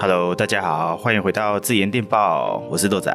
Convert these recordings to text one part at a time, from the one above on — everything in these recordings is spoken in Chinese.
Hello， 大家好，欢迎回到自研电报，我是豆仔。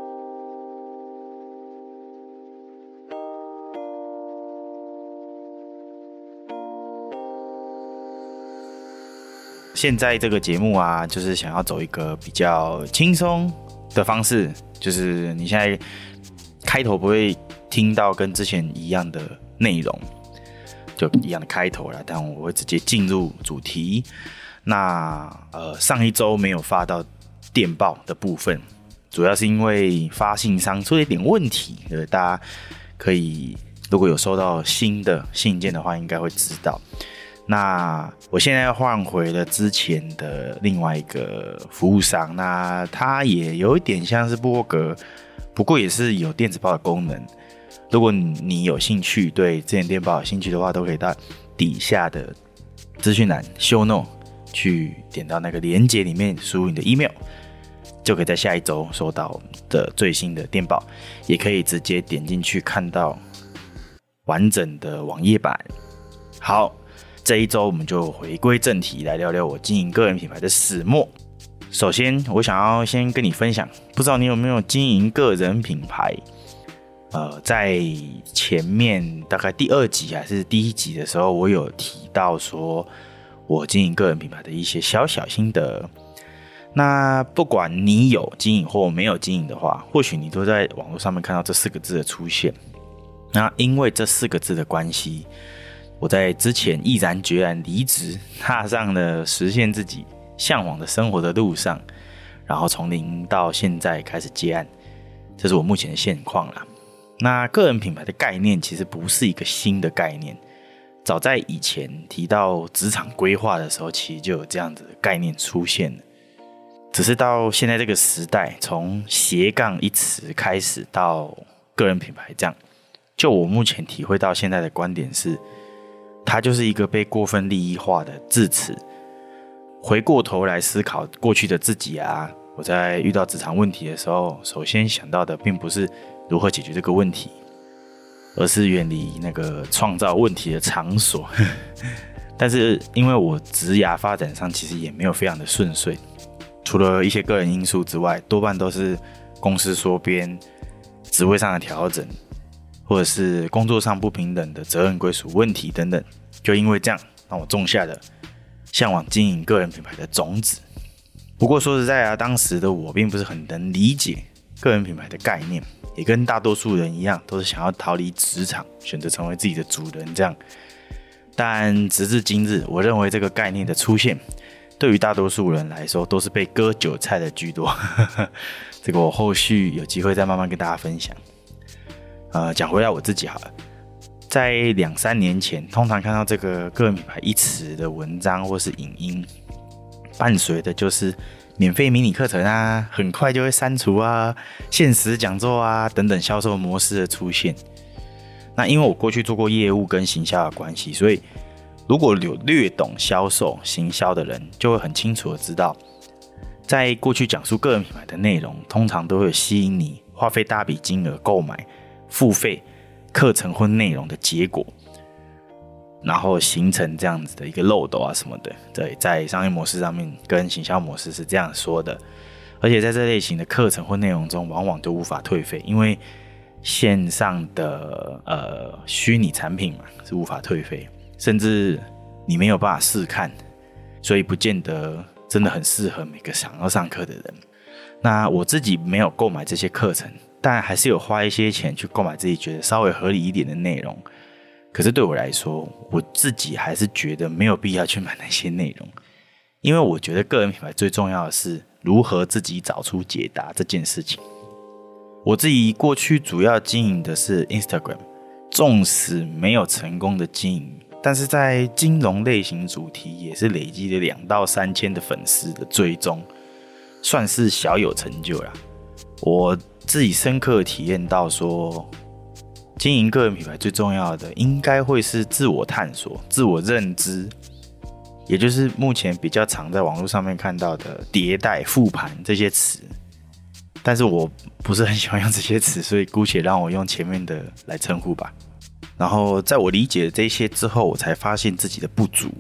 现在这个节目啊，就是想要走一个比较轻松的方式，就是你现在开头不会听到跟之前一样的内容，就一样的开头啦，但我会直接进入主题。那上一周没有发到电报的部分，主要是因为发信商出了一点问题，大家可以如果有收到新的信件的话，应该会知道。那我现在换回了之前的另外一个服务商，那它也有一点像是部落格，不过也是有电子报的功能。如果你有兴趣，对自研电报有兴趣的话，都可以到底下的资讯栏 show note 去点到那个连结里面，输入你的 email， 就可以在下一周收到的最新的电报，也可以直接点进去看到完整的网页版。好，这一周我们就回归正题，来聊聊我经营个人品牌的始末。首先，我想要先跟你分享，不知道你有没有经营个人品牌？在前面大概第2集还是第1集的时候，我有提到说我经营个人品牌的一些小心得。那不管你有经营或没有经营的话，或许你都在网络上面看到这4个字的出现。那因为这4个字的关系，我在之前毅然决然离职，踏上了实现自己向往的生活的路上，然后从零到现在开始接案，这是我目前的现况啦。那个人品牌的概念其实不是一个新的概念，早在以前提到职场规划的时候，其实就有这样子的概念出现了。只是到现在这个时代，从斜杠一词开始到个人品牌这样，就我目前体会到现在的观点是，它就是一个被过分利益化的字词。回过头来思考过去的自己啊，我在遇到职场问题的时候，首先想到的并不是如何解决这个问题，而是远离那个创造问题的场所。但是因为我职涯发展上其实也没有非常的顺遂，除了一些个人因素之外，多半都是公司缩编、职位上的调整，或者是工作上不平等的责任归属问题等等，就因为这样让我种下了向往经营个人品牌的种子。不过说实在啊，当时的我并不是很能理解个人品牌的概念，也跟大多数人一样，都是想要逃离职场，选择成为自己的主人这样。但直至今日，我认为这个概念的出现，对于大多数人来说都是被割韭菜的居多。这个我后续有机会再慢慢跟大家分享。讲回来我自己好了，在2-3年前，通常看到这个个人品牌一词的文章或是影音，伴随的就是免费迷你课程啊，很快就会删除啊，限时讲座啊等等销售模式的出现。那因为我过去做过业务跟行销的关系，所以如果有略懂销售行销的人，就会很清楚的知道，在过去讲述个人品牌的内容，通常都会吸引你花费大笔金额购买付费课程或内容的结果，然后形成这样子的一个漏斗啊什么的。对，在商业模式上面跟行销模式是这样说的。而且在这类型的课程或内容中，往往就无法退费，因为线上的虚拟产品嘛是无法退费，甚至你没有办法试看，所以不见得真的很适合每个想要上课的人。那我自己没有购买这些课程，但还是有花一些钱去购买自己觉得稍微合理一点的内容。可是对我来说，我自己还是觉得没有必要去买那些内容，因为我觉得个人品牌最重要的是如何自己找出解答这件事情。我自己过去主要经营的是 Instagram， 纵使没有成功的经营，但是在金融类型主题也是累积了2到3千的粉丝的追踪，算是小有成就啦。我自己深刻体验到说，经营个人品牌最重要的应该会是自我探索、自我认知，也就是目前比较常在网络上面看到的迭代、复盘这些词。但是我不是很喜欢用这些词，所以姑且让我用前面的来称呼吧。然后在我理解了这些之后，我才发现自己的不足，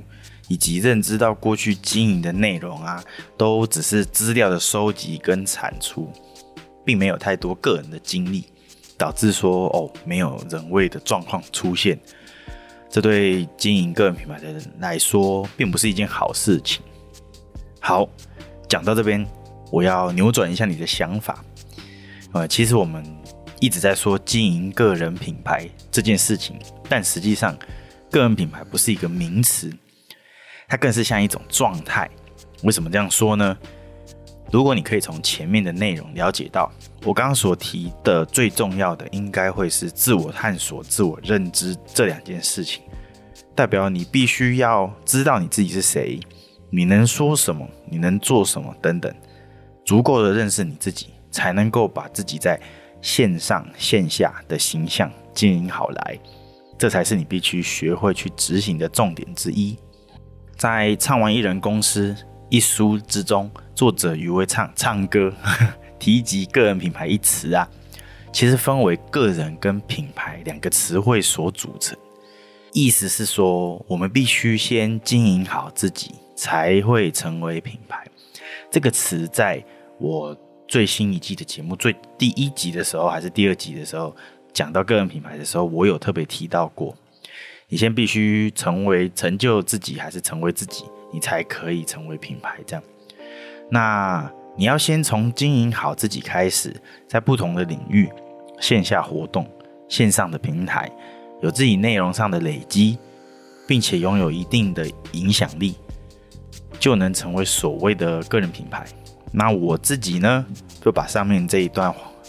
以及认知到过去经营的内容啊，都只是资料的收集跟产出，并没有太多个人的经历，导致说没有人味的状况出现。这对经营个人品牌的人来说，并不是一件好事情。好，讲到这边，我要扭转一下你的想法。其实我们一直在说经营个人品牌这件事情，但实际上，个人品牌不是一个名词，它更是像一种状态。为什么这样说呢？如果你可以从前面的内容了解到，我刚刚所提的最重要的应该会是自我探索、自我认知这两件事情，代表你必须要知道你自己是谁，你能说什么，你能做什么等等，足够的认识你自己，才能够把自己在线上线下的形象经营好来，这才是你必须学会去执行的重点之一。在《唱完一人公司》一书之中，作者余威唱歌提及个人品牌一词啊，其实分为个人跟品牌两个词汇所组成。意思是说，我们必须先经营好自己，才会成为品牌。这个词在我最新一季的节目第1集的时候，还是第2集的时候，讲到个人品牌的时候，我有特别提到过。你先必须成就自己，还是成为自己，你才可以成为品牌。这样，那你要先从经营好自己开始，在不同的领域、线下活动、线上的平台，有自己内容上的累积，并且拥有一定的影响力，就能成为所谓的个人品牌。那我自己呢，就把上面这一段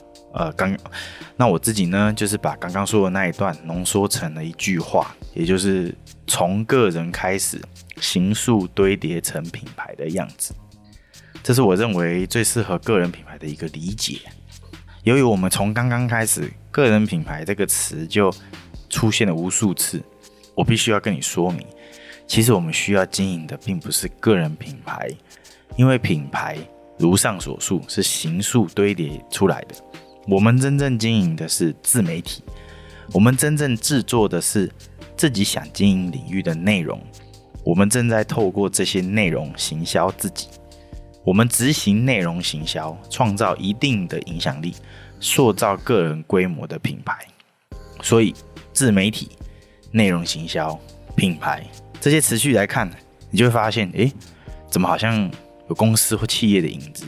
就是把刚刚说的那一段浓缩成了一句话，也就是从个人开始，形塑堆叠成品牌的样子。这是我认为最适合个人品牌的一个理解。由于我们从刚刚开始，个人品牌这个词就出现了无数次，我必须要跟你说明，其实我们需要经营的并不是个人品牌，因为品牌如上所述是形塑堆叠出来的。我们真正经营的是自媒体，我们真正制作的是自己想经营领域的内容，我们正在透过这些内容行销自己，我们执行内容行销，创造一定的影响力，塑造个人规模的品牌。所以自媒体、内容行销、品牌这些词序来看，你就会发现怎么好像有公司或企业的影子。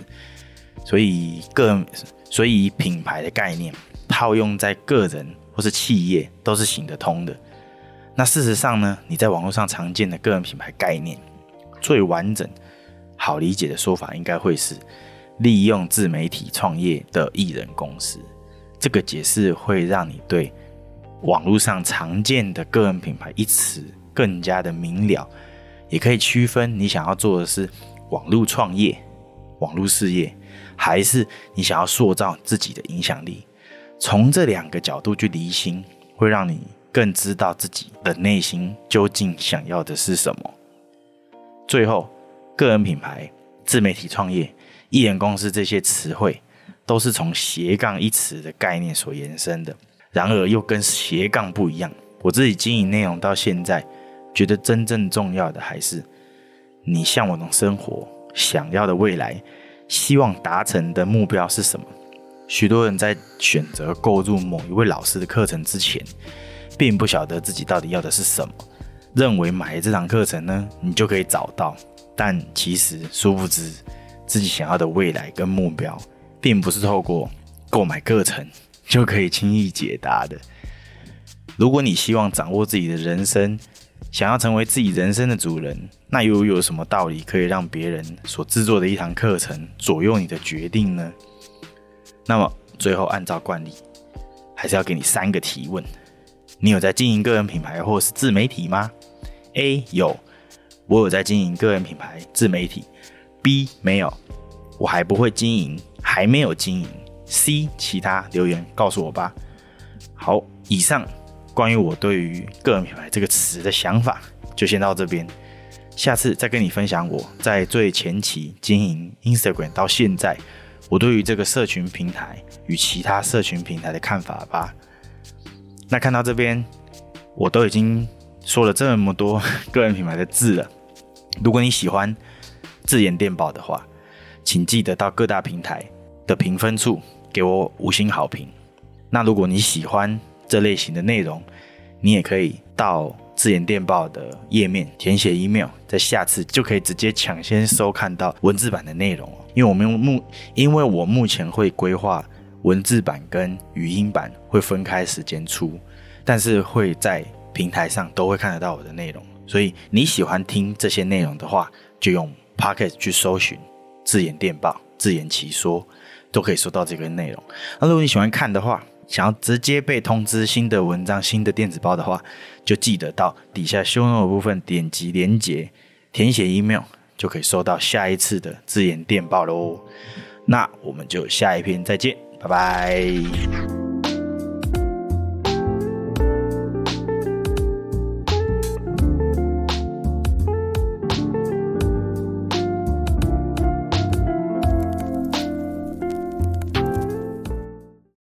所以品牌的概念套用在个人或是企业都是行得通的。那事实上呢，你在网络上常见的个人品牌概念，最完整好理解的说法应该会是利用自媒体创业的艺人公司。这个解释会让你对网络上常见的个人品牌一词更加的明了，也可以区分你想要做的是网络创业、网络事业，还是你想要塑造自己的影响力。从这两个角度去厘清，会让你更知道自己的内心究竟想要的是什么。最后，个人品牌、自媒体创业、艺人公司这些词汇都是从斜杠一词的概念所延伸的，然而又跟斜杠不一样。我自己经营内容到现在，觉得真正重要的还是你向往的生活、想要的未来、希望达成的目标是什么。许多人在选择购入某一位老师的课程之前，并不晓得自己到底要的是什么，认为买这堂课程呢，你就可以找到，但其实殊不知自己想要的未来跟目标，并不是透过购买课程就可以轻易解答的。如果你希望掌握自己的人生，想要成为自己人生的主人，那又有什么道理可以让别人所制作的一堂课程左右你的决定呢？那么最后按照惯例，还是要给你3个提问。你有在经营个人品牌或是自媒体吗？ A. 有，我有在经营个人品牌自媒体。 B. 没有，我还不会经营，还没有经营。 C. 其他，留言告诉我吧。好，以上关于我对于个人品牌这个词的想法就先到这边，下次再跟你分享我在最前期经营 Instagram 到现在，我对于这个社群平台与其他社群平台的看法吧。那看到这边，我都已经说了这么多个人品牌的字了， 如果你喜欢自研电报的话，请记得到各大平台的评分处给我5星好评。那如果你喜欢这类型的内容，你也可以到自研电报的页面填写 email， 在下次就可以直接抢先收看到文字版的内容。因为我目前会规划文字版跟语音版会分开时间出，但是会在平台上都会看得到我的内容，所以你喜欢听这些内容的话，就用 Podcast 去搜寻自研电报、自研其说，都可以收到这个内容。那如果你喜欢看的话，想要直接被通知新的文章、新的电子报的话，就记得到底下 show note 的部分点击连结，填写 email， 就可以收到下一次的自研电报咯。那我们就下一篇再见，拜拜。